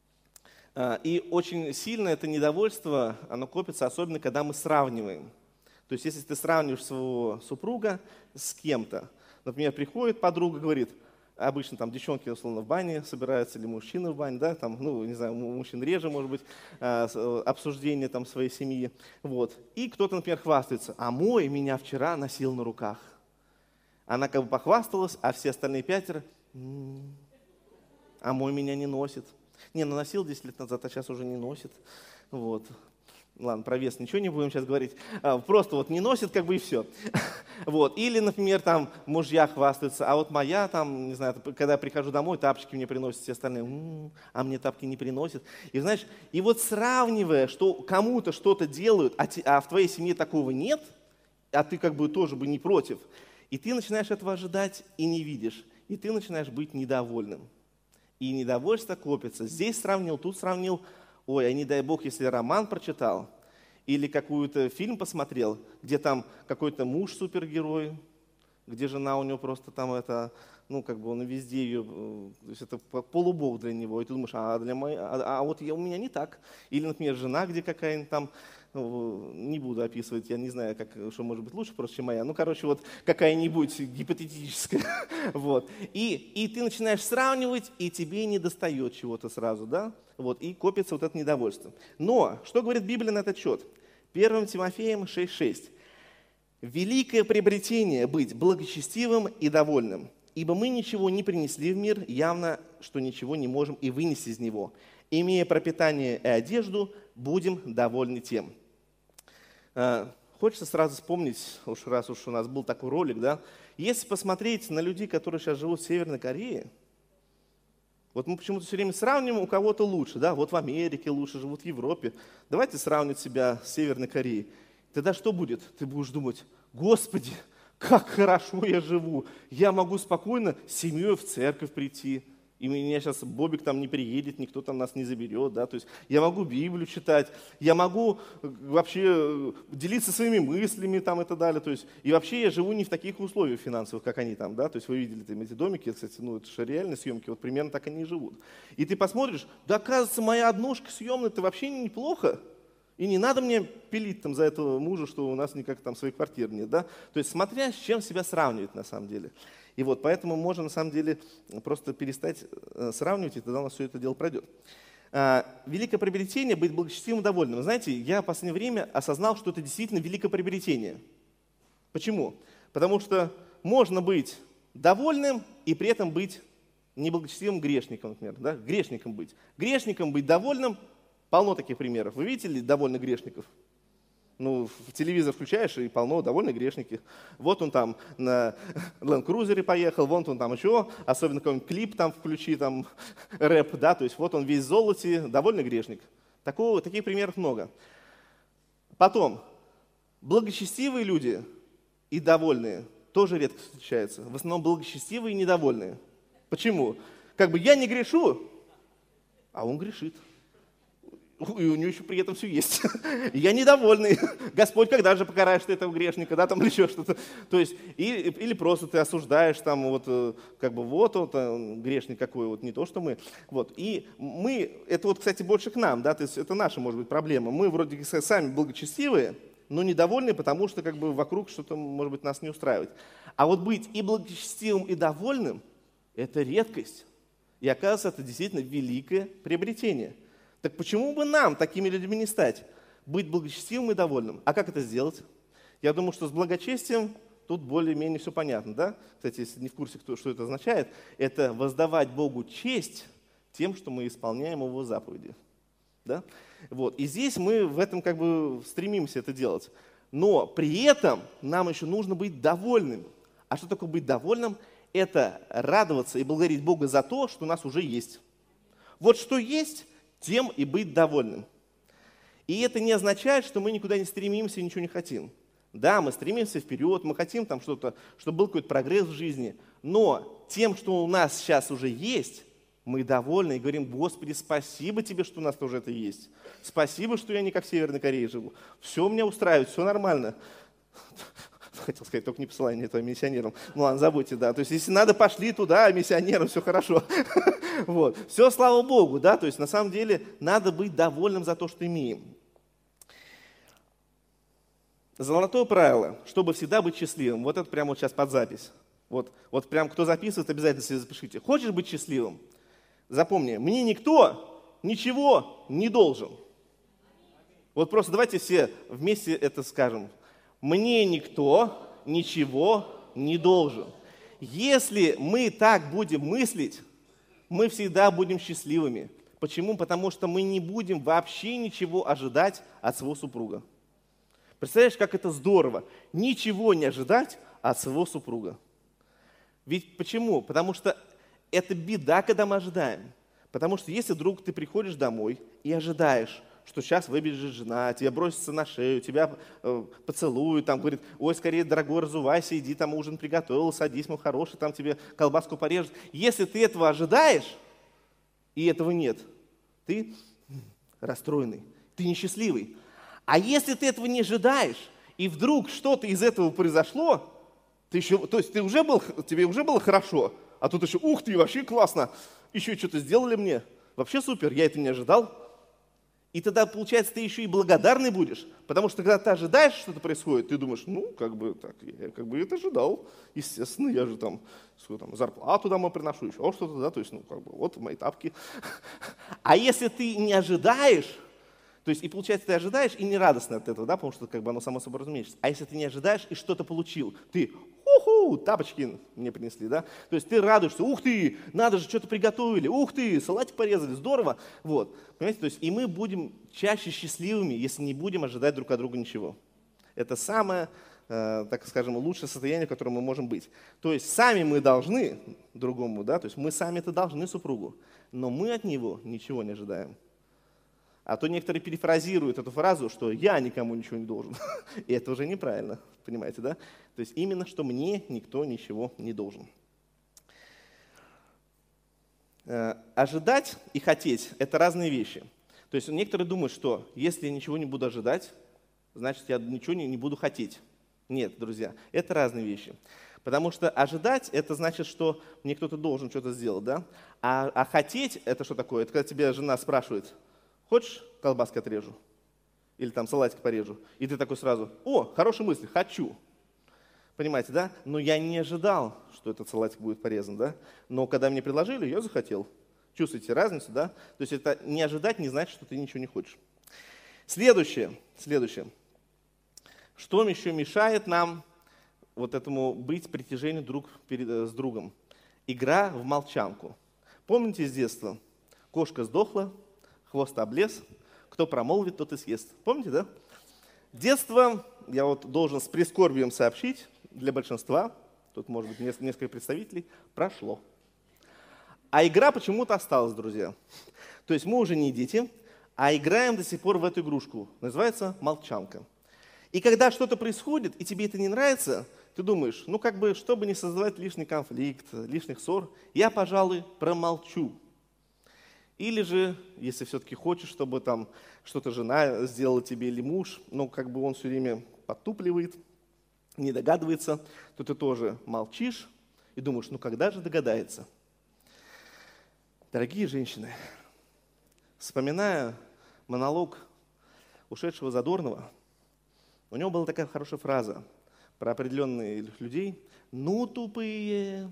A: И очень сильно это недовольство, оно копится, особенно когда мы сравниваем. То есть, если ты сравниваешь своего супруга с кем-то, например, приходит подруга, говорит, обычно там девчонки, условно, в бане собираются, или мужчины в бане, да, там, ну, не знаю, у мужчин реже, может быть, обсуждение там своей семьи, вот. И кто-то, например, хвастается, а мой меня вчера носил на руках. Она как бы похвасталась, а все остальные пятеро, м-м, а мой меня не носит. Не, ну носил десять лет назад, а сейчас уже не носит, вот. Ладно, про вес ничего не будем сейчас говорить. Просто вот не носит, как бы и все. Вот. Или, например, там мужья хвастаются, а вот моя там, не знаю, когда я прихожу домой, тапочки мне приносят, все остальные, м-м, а мне тапки не приносят. И знаешь, и вот сравнивая, что кому-то что-то делают, а, те, а в твоей семье такого нет, а ты как бы тоже бы не против, и ты начинаешь этого ожидать и не видишь, и ты начинаешь быть недовольным. И недовольство копится. Здесь сравнил, тут сравнил. Ой, а не дай бог, если роман прочитал или какой-то фильм посмотрел, где там какой-то муж супергерой, где жена у него просто там это, ну как бы он везде ее, то есть это полубог для него, и ты думаешь, а, для моей, а, а вот я, у меня не так. Или, например, жена, где какая-нибудь там, не буду описывать, я не знаю, как, что может быть лучше просто, чем моя, ну короче, вот какая-нибудь гипотетическая, вот. И, и ты начинаешь сравнивать, и тебе не достает чего-то сразу, да, вот, и копится вот это недовольство. Но, что говорит Библия на этот счет? первое Тимофеям шесть шесть. «Великое приобретение быть благочестивым и довольным, ибо мы ничего не принесли в мир, явно, что ничего не можем и вынести из него. Имея пропитание и одежду, будем довольны тем». Хочется сразу вспомнить, уж раз уж у нас был такой ролик, да, если посмотреть на людей, которые сейчас живут в Северной Корее, вот мы почему-то все время сравниваем, у кого-то лучше, да, вот в Америке лучше живут, в Европе. Давайте сравнивать себя с Северной Кореей. Тогда что будет? Ты будешь думать, Господи, как хорошо я живу, я могу спокойно с семьей в церковь прийти, и меня сейчас Бобик там не приедет, никто там нас не заберет, да, то есть я могу Библию читать, я могу вообще делиться своими мыслями там и так далее, то есть и вообще я живу не в таких условиях финансовых, как они там, да, то есть вы видели там эти домики, кстати, ну это же реальные съемки, вот примерно так они и живут. И ты посмотришь, да оказывается, моя однушка съемная, это вообще неплохо. И не надо мне пилить там за этого мужа, что у нас никак там своей квартиры нет, да? То есть смотря с чем себя сравнивать на самом деле. И вот поэтому можно на самом деле просто перестать сравнивать, и тогда у нас все это дело пройдет. Великое приобретение – быть благочестивым и довольным. Знаете, я в последнее время осознал, что это действительно великое приобретение. Почему? Потому что можно быть довольным и при этом быть неблагочестивым грешником, например, да? Грешником быть. Грешником быть довольным – полно таких примеров. Вы видите ли довольных грешников? Ну, в телевизор включаешь, и полно довольных грешники. Вот он там на Land Cruiser поехал, вон он там еще, особенно какой-нибудь клип там включи, там рэп, да, то есть вот он весь в золоте, довольный грешник. Такого, таких примеров много. Потом, благочестивые люди и довольные тоже редко встречается. В основном благочестивые и недовольные. Почему? Как бы я не грешу, а он грешит. И у него еще при этом все есть. Я недовольный. Господь, когда же покараешь ты этого грешника, да, там или еще что-то. То есть, или, или просто ты осуждаешь, там, вот, как бы, вот, вот, грешник какой, вот, не то, что мы. Вот. И мы, это вот, кстати, больше к нам, да, то есть это наша, может быть, проблема. Мы вроде сами благочестивые, но недовольны, потому что, как бы, вокруг что-то, может быть, нас не устраивает. А вот быть и благочестивым, и довольным – это редкость. И оказывается, это действительно великое приобретение. Так почему бы нам такими людьми не стать? Быть благочестивым и довольным. А как это сделать? Я думаю, что с благочестием тут более-менее все понятно. Да? Кстати, если не в курсе, кто, что это означает, это воздавать Богу честь тем, что мы исполняем Его заповеди. Да? Вот. И здесь мы в этом как бы стремимся это делать. Но при этом нам еще нужно быть довольным. А что такое быть довольным? Это радоваться и благодарить Бога за то, что у нас уже есть. Вот что есть, тем и быть довольным. И это не означает, что мы никуда не стремимся и ничего не хотим. Да, мы стремимся вперед, мы хотим там что-то, чтобы был какой-то прогресс в жизни, но тем, что у нас сейчас уже есть, мы довольны и говорим: Господи, спасибо Тебе, что у нас тоже это есть. Спасибо, что я не как в Северной Корее живу. Все меня устраивает, все нормально. Хотел сказать, только не посылай мне это миссионерам. Ну ладно, забудьте, да. То есть, если надо, пошли туда, миссионерам, все хорошо. Вот. Все, слава Богу, да. То есть, на самом деле, надо быть довольным за то, что имеем. Золотое правило, чтобы всегда быть счастливым. Вот это прямо вот сейчас под запись. Вот, вот прям кто записывает, обязательно себе запишите. Хочешь быть счастливым? Запомни, мне никто ничего не должен. Вот просто давайте все вместе это скажем. Мне никто ничего не должен. Если мы так будем мыслить, мы всегда будем счастливыми. Почему? Потому что мы не будем вообще ничего ожидать от своего супруга. Представляешь, как это здорово? Ничего не ожидать от своего супруга. Ведь почему? Потому что это беда, когда мы ожидаем. Потому что если вдруг ты приходишь домой и ожидаешь, что сейчас выбежит жена, тебя бросится на шею, тебя э, поцелует, там говорит: ой, скорее, дорогой, разувайся, иди, там ужин приготовил, садись, мой хороший, там тебе колбаску порежут. Если ты этого ожидаешь, и этого нет, ты расстроенный, ты несчастливый. А если ты этого не ожидаешь, и вдруг что-то из этого произошло, ты еще, то есть ты уже был, тебе уже было хорошо, а тут еще: ух ты, вообще классно, еще что-то сделали мне, вообще супер, я это не ожидал. И тогда, получается, ты еще и благодарный будешь, потому что когда ты ожидаешь, что что-то происходит, ты думаешь: ну, как бы так, я как бы это ожидал, естественно, я же там, там зарплату домой приношу, еще что-то, да, то есть, ну, как бы, вот мои тапки. А если ты не ожидаешь, то есть, и получается, ты ожидаешь и не радостно от этого, да, потому что как бы оно само собой разумеется. А если ты не ожидаешь и что-то получил, ты: уху, тапочки мне принесли, да, то есть ты радуешься: ух ты, надо же, что-то приготовили, ух ты, салатик порезали, здорово, вот, понимаете, то есть и мы будем чаще счастливыми, если не будем ожидать друг от друга ничего. Это самое, э, так скажем, лучшее состояние, в котором мы можем быть. То есть сами мы должны другому, да, то есть мы сами-то должны супругу, но мы от него ничего не ожидаем. А то некоторые перефразируют эту фразу, что я никому ничего не должен. И это уже неправильно, понимаете, да? То есть именно, что мне никто ничего не должен. Ожидать и хотеть – это разные вещи. То есть некоторые думают, что если я ничего не буду ожидать, значит, я ничего не, не буду хотеть. Нет, друзья, это разные вещи. Потому что ожидать – это значит, что мне кто-то должен что-то сделать, да? А, а хотеть – это что такое? Это когда тебя жена спрашивает: хочешь, колбаски отрежу? Или там салатик порежу? И ты такой сразу: о, хорошая мысль, хочу. Понимаете, да? Но я не ожидал, что этот салатик будет порезан, да? Но когда мне предложили, я захотел. Чувствуете разницу, да? То есть это не ожидать не значит, что ты ничего не хочешь. Следующее, следующее. Что еще мешает нам вот этому быть притяжению друг перед, с другом? Игра в молчанку. Помните с детства? Кошка сдохла, хвост облез, кто промолвит, тот и съест. Помните, да? Детство, я вот должен с прискорбием сообщить, для большинства, тут может быть несколько представителей, прошло. А игра почему-то осталась, друзья. То есть мы уже не дети, а играем до сих пор в эту игрушку. Называется молчанка. И когда что-то происходит, и тебе это не нравится, ты думаешь, ну как бы, чтобы не создавать лишний конфликт, лишних ссор, я, пожалуй, промолчу. Или же, если все-таки хочешь, чтобы там что-то жена сделала тебе или муж, но как бы он все время подтупливает, не догадывается, то ты тоже молчишь и думаешь, ну когда же догадается? Дорогие женщины, вспоминая монолог ушедшего Задорнова, у него была такая хорошая фраза про определенных людей. Ну, тупые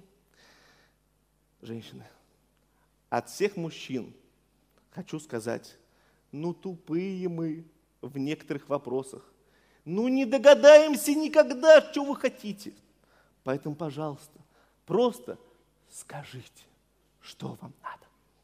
A: женщины. От всех мужчин хочу сказать, ну, тупые мы в некоторых вопросах. Ну, не догадаемся никогда, что вы хотите. Поэтому, пожалуйста, просто скажите, что вам надо.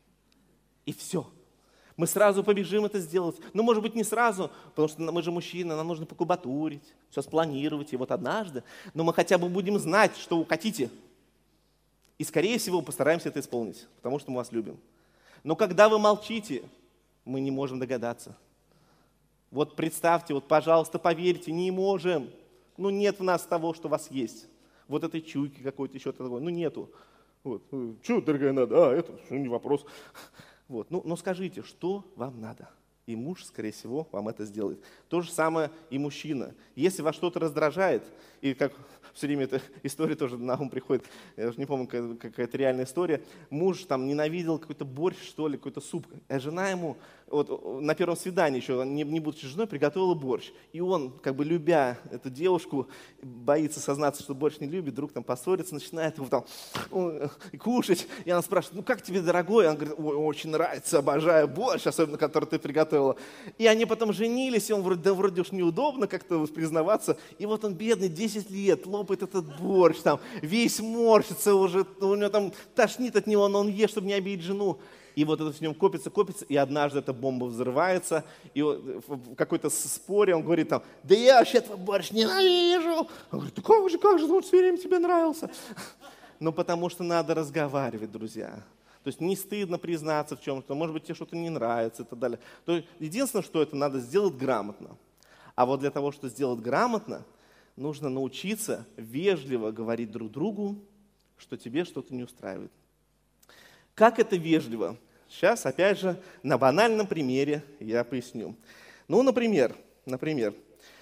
A: И все. Мы сразу побежим это сделать. Ну, может быть, не сразу, потому что мы же мужчины, нам нужно покубатурить, все спланировать. И вот однажды, но мы хотя бы будем знать, что вы хотите. И, скорее всего, постараемся это исполнить, потому что мы вас любим. Но когда вы молчите, мы не можем догадаться. Вот представьте, вот, пожалуйста, поверьте, не можем. Ну, нет в нас того, что у вас есть. Вот этой чуйки какой-то, еще такой, ну, нету. Вот. Что, дорогая, надо? А, это, не вопрос. Вот. Ну, но скажите, что вам надо? И муж, скорее всего, вам это сделает. То же самое и мужчина. Если вас что-то раздражает, и как все время эта история тоже на ум приходит, я уже не помню, какая-то реальная история, муж там ненавидел какой-то борщ, что ли, какой-то суп, а жена ему вот, на первом свидании еще, не, не будучи женой, приготовила борщ. И он, как бы любя эту девушку, боится сознаться, что борщ не любит, вдруг там поссорится, начинает его там кушать. И она спрашивает, ну как тебе, дорогой? Он говорит, ой, очень нравится, обожаю борщ, особенно который ты приготовила. И они потом женились, и он вроде, да вроде уж неудобно как-то признаваться. И вот он бедный, десять лет, лопает этот борщ, там, весь морщится уже, у него там тошнит от него, но он ест, чтобы не обидеть жену. И вот это в нем копится, копится, и однажды эта бомба взрывается, и в какой-то споре он говорит там, да я вообще этот борщ ненавижу. Он говорит, да как же, как же, он все время тебе нравился. Ну, потому что надо разговаривать, друзья. То есть не стыдно признаться в чем-то, может быть, тебе что-то не нравится и так далее. То есть единственное, что это надо сделать грамотно. А вот для того, чтобы сделать грамотно, нужно научиться вежливо говорить друг другу, что тебе что-то не устраивает. Как это вежливо? Сейчас, опять же, на банальном примере я поясню. Ну, например, например,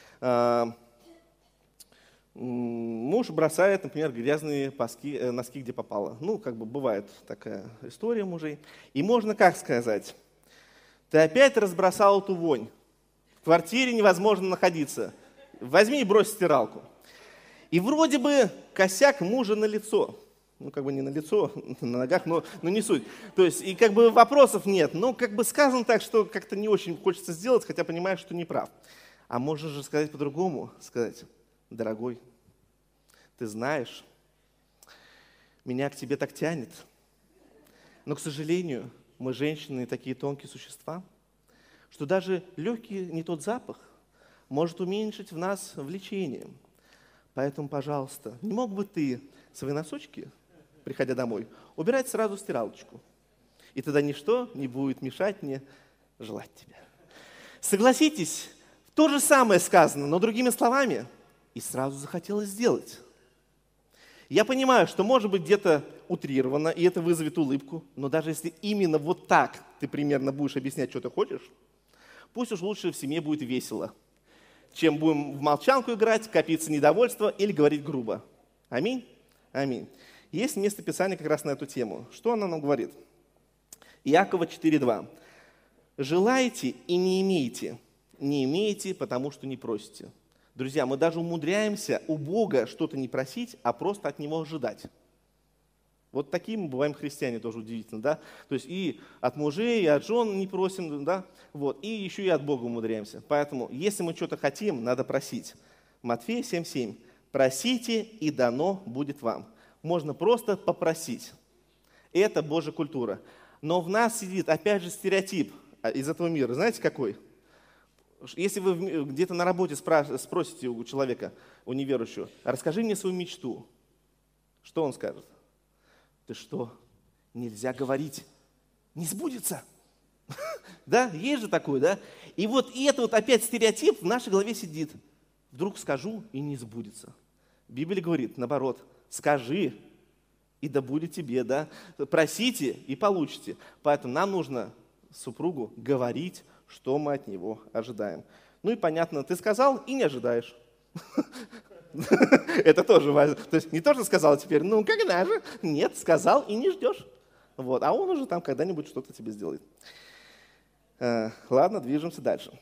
A: муж бросает, например, грязные паски, носки, где попало. Ну, как бы бывает такая история мужей. И можно как сказать? Ты опять разбросал эту вонь. В квартире невозможно находиться. Возьми и брось в стиралку. И вроде бы косяк мужа на лицо. Ну, как бы не на лицо, на ногах, но, но не суть. То есть, и как бы вопросов нет. Но как бы сказано так, что как-то не очень хочется сделать, хотя понимаешь, что не прав. А можно же сказать по-другому. Сказать, дорогой, ты знаешь, меня к тебе так тянет. Но, к сожалению, мы женщины такие тонкие существа, что даже легкий не тот запах может уменьшить в нас влечение. Поэтому, пожалуйста, не мог бы ты свои носочки, приходя домой, убирать сразу в стиралочку? И тогда ничто не будет мешать мне желать тебя. Согласитесь, то же самое сказано, но другими словами, и сразу захотелось сделать. Я понимаю, что может быть где-то утрировано, и это вызовет улыбку, но даже если именно вот так ты примерно будешь объяснять, что ты хочешь, пусть уж лучше в семье будет весело, чем будем в молчанку играть, копиться недовольство или говорить грубо. Аминь? Аминь. Есть место Писания как раз на эту тему. Что она нам говорит? Иакова четыре два. «Желаете и не имеете, не имеете, потому что не просите». Друзья, мы даже умудряемся у Бога что-то не просить, а просто от Него ожидать. Вот такие мы бываем христиане, тоже удивительно, да? То есть и от мужей, и от жен не просим, да? Вот, и еще и от Бога умудряемся. Поэтому, если мы что-то хотим, надо просить. Матфея семь семь. «Просите, и дано будет вам». Можно просто попросить. Это Божья культура. Но в нас сидит, опять же, стереотип из этого мира. Знаете, какой? Если вы где-то на работе спросите у человека, у неверующего, расскажи мне свою мечту, что он скажет? Ты что, нельзя говорить, не сбудется? Да, есть же такое, да? И вот это вот опять стереотип в нашей голове сидит. Вдруг скажу и не сбудется. Библия говорит, наоборот, скажи, и да будет тебе, да? Просите и получите. Поэтому нам нужно супругу говорить, что мы от него ожидаем. Ну и понятно, ты сказал и не ожидаешь. Это тоже важно. То есть не то, что сказал теперь, ну когда же? Нет, сказал и не ждешь. Вот. А он уже там когда-нибудь что-то тебе сделает. Ладно, движемся дальше.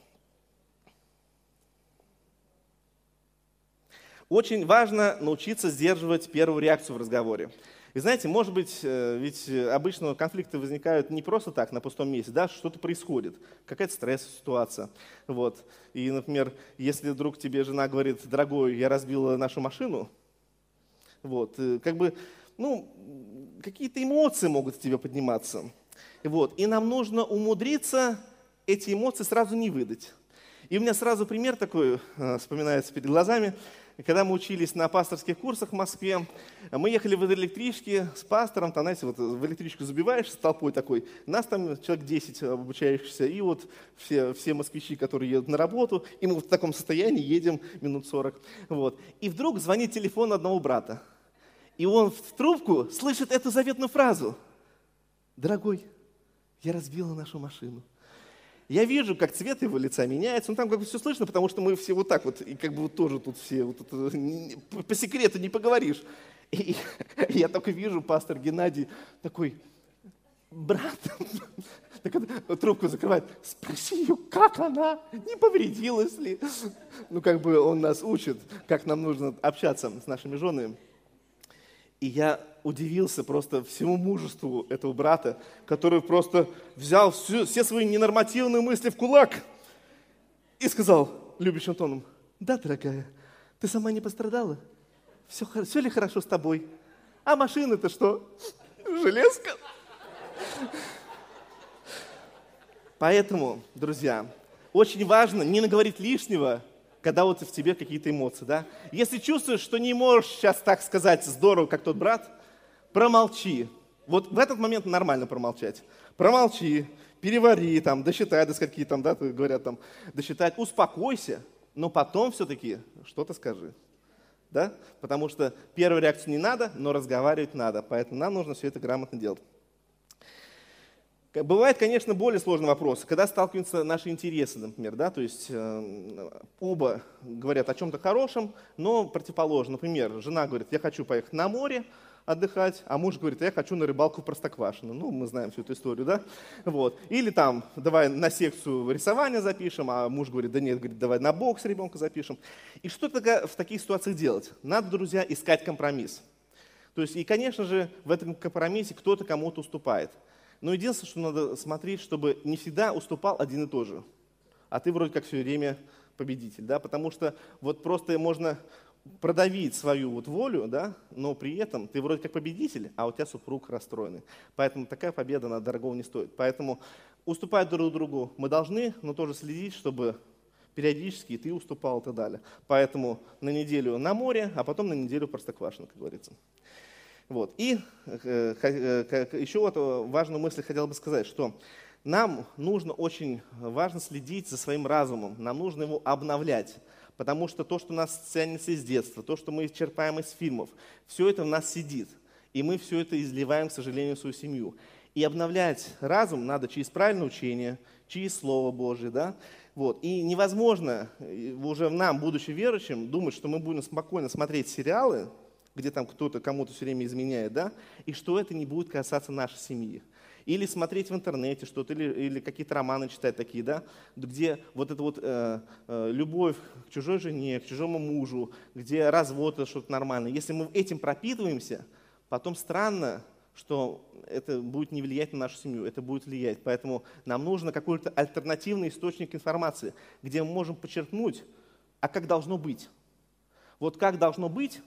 A: Очень важно научиться сдерживать первую реакцию в разговоре. И знаете, может быть, ведь обычно конфликты возникают не просто так, на пустом месте, да, что-то происходит, какая-то стрессовая ситуация. Вот. И, например, если вдруг тебе жена говорит, дорогой, я разбила нашу машину, вот, как бы, ну, какие-то эмоции могут в тебе подниматься. Вот. И нам нужно умудриться эти эмоции сразу не выдать. И у меня сразу пример такой вспоминается перед глазами. Когда мы учились на пасторских курсах в Москве, мы ехали в электричке с пастором, там, знаете, вот в электричку забиваешься с толпой такой, нас там человек десять обучающихся, и вот все, все москвичи, которые едут на работу, и мы в таком состоянии едем минут сорок. Вот. И вдруг звонит телефон одного брата, и он в трубку слышит эту заветную фразу: «Дорогой, я разбила нашу машину». Я вижу, как цвет его лица меняется, ну там как бы все слышно, потому что мы все вот так вот, и как бы вот тоже тут все, вот это, по секрету не поговоришь. И, и я только вижу, пастор Геннадий такой: брат, так, трубку закрывает, спроси ее, как она, не повредилась ли. Ну как бы он нас учит, как нам нужно общаться с нашими женами. И я удивился просто всему мужеству этого брата, который просто взял всю, все свои ненормативные мысли в кулак и сказал любящим тоном: да, дорогая, ты сама не пострадала? Все, все ли хорошо с тобой? А машина-то что? Железка. Поэтому, друзья, очень важно не наговорить лишнего, когда вот в тебе какие-то эмоции, да? Если чувствуешь, что не можешь сейчас так сказать здорово, как тот брат, промолчи. Вот в этот момент нормально промолчать. Промолчи, перевари, там, досчитай до скольки, там, да, говорят, там, досчитать, успокойся, но потом все-таки что-то скажи, да? Потому что первую реакцию не надо, но разговаривать надо, поэтому нам нужно все это грамотно делать. Бывает, конечно, более сложный вопрос, когда сталкиваются наши интересы, например, да, то есть э, оба говорят о чем-то хорошем, но противоположно. Например, жена говорит: я хочу поехать на море отдыхать, а муж говорит: я хочу на рыбалку в Простоквашино. Ну, мы знаем всю эту историю, да? Вот. Или там, давай на секцию рисования запишем, а муж говорит: да нет, говорит, давай на бокс ребенка запишем. И что тогда в таких ситуациях делать? Надо, друзья, искать компромисс. То есть, и, конечно же, в этом компромиссе кто-то кому-то уступает. Но единственное, что надо смотреть, чтобы не всегда уступал один и тот же, а ты вроде как все время победитель, да, потому что вот просто можно продавить свою вот волю, да, но при этом ты вроде как победитель, а у тебя супруг расстроенный. Поэтому такая победа, она дорогого не стоит. Поэтому уступать друг другу мы должны, но тоже следить, чтобы периодически ты уступал и так далее. Поэтому на неделю на море, а потом на неделю Простоквашино, как говорится. Вот. И э, э, еще вот важную мысль хотел бы сказать, что нам нужно очень важно следить за своим разумом, нам нужно его обновлять, потому что то, что у нас ценится из детства, то, что мы черпаем из фильмов, все это в нас сидит, и мы все это изливаем, к сожалению, в свою семью. И обновлять разум надо через правильное учение, через Слово Божие, да? Вот. И невозможно уже нам, будучи верующим, думать, что мы будем спокойно смотреть сериалы, где там кто-то кому-то все время изменяет, да, и что это не будет касаться нашей семьи. Или смотреть в интернете что-то, или, или какие-то романы читать такие, да, где вот эта вот э, э, любовь к чужой жене, к чужому мужу, где развод – это что-то нормальное. Если мы этим пропитываемся, потом странно, что это будет не влиять на нашу семью, это будет влиять. Поэтому нам нужно какой-то альтернативный источник информации, где мы можем подчеркнуть, а как должно быть. Вот как должно быть,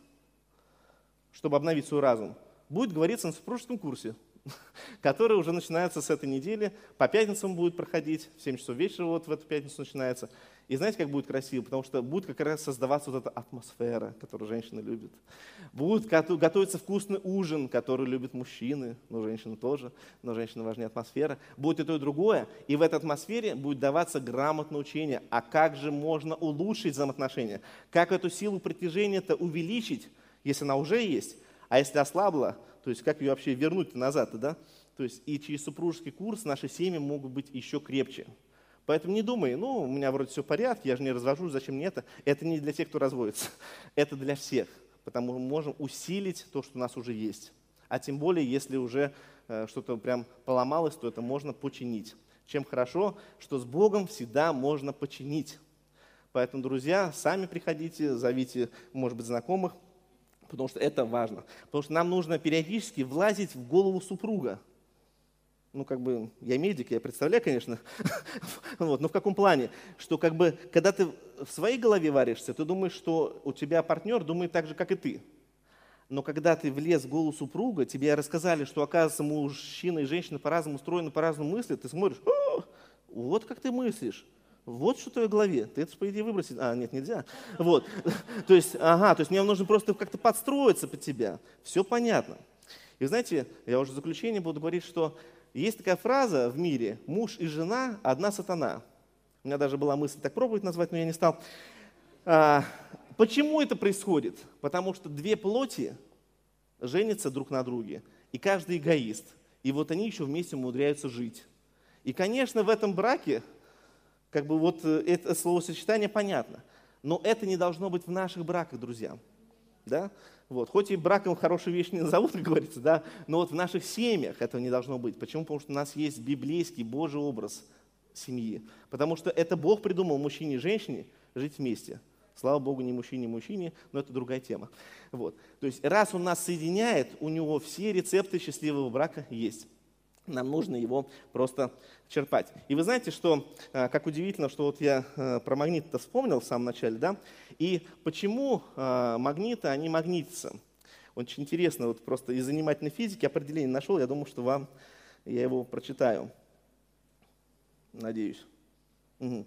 A: чтобы обновить свой разум, будет говориться на супружеском курсе, который уже начинается с этой недели, по пятницам будет проходить, в семь часов вечера вот в эту пятницу начинается. И знаете, как будет красиво? Потому что будет как раз создаваться вот эта атмосфера, которую женщины любят. Будет готовиться вкусный ужин, который любят мужчины, но женщины тоже, но женщины важнее атмосфера. Будет и то, и другое. И в этой атмосфере будет даваться грамотное учение. А как же можно улучшить взаимоотношения? Как эту силу притяжения-то увеличить, если она уже есть? А если ослабла, то есть как ее вообще вернуть назад, да? То есть и через супружеский курс наши семьи могут быть еще крепче. Поэтому не думай, ну, у меня вроде все в порядке, я же не развожусь, зачем мне это? Это не для тех, кто разводится, это для всех, потому что мы можем усилить то, что у нас уже есть. А тем более, если уже э, что-то прям поломалось, то это можно починить. Чем хорошо, что с Богом всегда можно починить. Поэтому, друзья, сами приходите, зовите, может быть, знакомых, потому что это важно. Потому что нам нужно периодически влазить в голову супруга. Ну, как бы, я медик, я представляю, конечно, вот, но в каком плане? Что, как бы, когда ты в своей голове варишься, ты думаешь, что у тебя партнер думает так же, как и ты. Но когда ты влез в голову супруга, тебе рассказали, что, оказывается, мужчина и женщина по-разному устроены, по-разному мыслят, ты смотришь, вот как ты мыслишь. Вот что в твоей голове. Ты это, по идее, выбросить. А, нет, нельзя. Вот. То есть, ага, то есть мне нужно просто как-то подстроиться под тебя. Все понятно. И знаете, я уже в заключение буду говорить, что есть такая фраза в мире: муж и жена – одна сатана. У меня даже была мысль так пробовать назвать, но я не стал. А, почему это происходит? Потому что две плоти женятся друг на друге, и каждый эгоист. И вот они еще вместе умудряются жить. И, конечно, в этом браке, как бы вот это словосочетание понятно, но это не должно быть в наших браках, друзья. Да? Вот. Хоть и браком хорошую вещь не назовут, как говорится, да, но вот в наших семьях этого не должно быть. Почему? Потому что у нас есть библейский Божий образ семьи. Потому что это Бог придумал мужчине и женщине жить вместе. Слава Богу, не мужчине и мужчине, но это другая тема. Вот. То есть раз Он нас соединяет, у Него все рецепты счастливого брака есть. Нам нужно его просто черпать. И вы знаете, что, как удивительно, что вот я про магнит-то вспомнил в самом начале, да? И почему магниты, они магнитятся? Очень интересно, вот просто из занимательной физики определение нашел, я думаю, что вам, я его прочитаю. Надеюсь. Угу.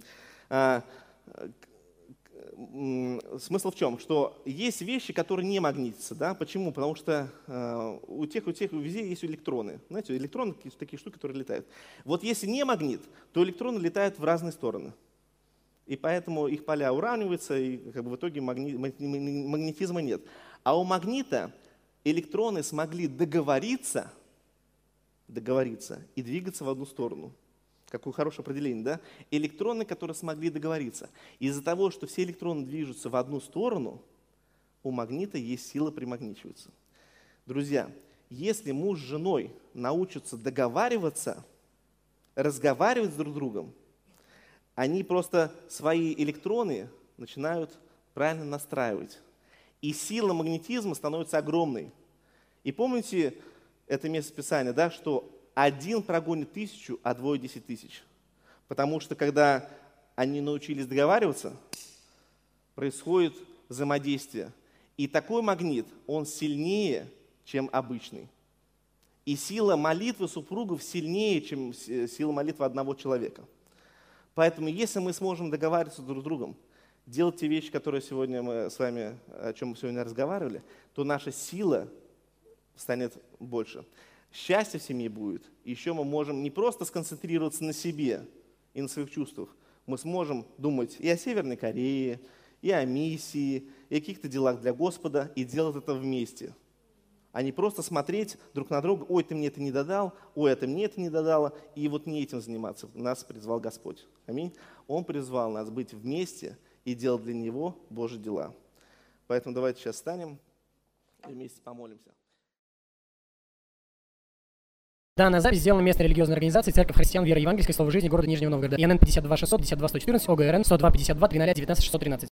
A: Смысл в чем? Что есть вещи, которые не магнитятся. Да? Почему? Потому что э, у тех, у тех, везде есть электроны. Знаете, электроны такие, такие штуки, которые летают. Вот если не магнит, то электроны летают в разные стороны. И поэтому их поля уравниваются, и как бы, в итоге магни, магнетизма нет. А у магнита электроны смогли договориться, договориться и двигаться в одну сторону. Какое хорошее определение, да? Электроны, которые смогли договориться. Из-за того, что все электроны движутся в одну сторону, у магнита есть сила примагничиваться. Друзья, если муж с женой научатся договариваться, разговаривать с друг другом, они просто свои электроны начинают правильно настраивать. И сила магнетизма становится огромной. И помните это место Писания, да, что один прогонит тысячу, а двое десять тысяч. Потому что когда они научились договариваться, происходит взаимодействие. И такой магнит, он сильнее, чем обычный. И сила молитвы супругов сильнее, чем сила молитвы одного человека. Поэтому если мы сможем договариваться друг с другом, делать те вещи, которые сегодня мы с вами, о чем мы сегодня разговаривали, то наша сила станет больше. Счастье в семье будет. Еще мы можем не просто сконцентрироваться на себе и на своих чувствах. Мы сможем думать и о Северной Корее, и о миссии, и о каких-то делах для Господа, и делать это вместе. А не просто смотреть друг на друга: ой, ты мне это не додал, ой, это мне это не додало, и вот не этим заниматься. Нас призвал Господь. Аминь. Он призвал нас быть вместе и делать для Него Божьи дела. Поэтому давайте сейчас встанем и вместе помолимся.
B: Данная запись сделана местной религиозной организацией Церковь Христиан Веры Евангельской Слова Жизни города Нижнего Новгорода. ИНН пятьдесят два шестьсот, пятьдесят два сто четырнадцать, ОГРН сто два пятьдесят два три ноль девятнадцать шестьсот тринадцать.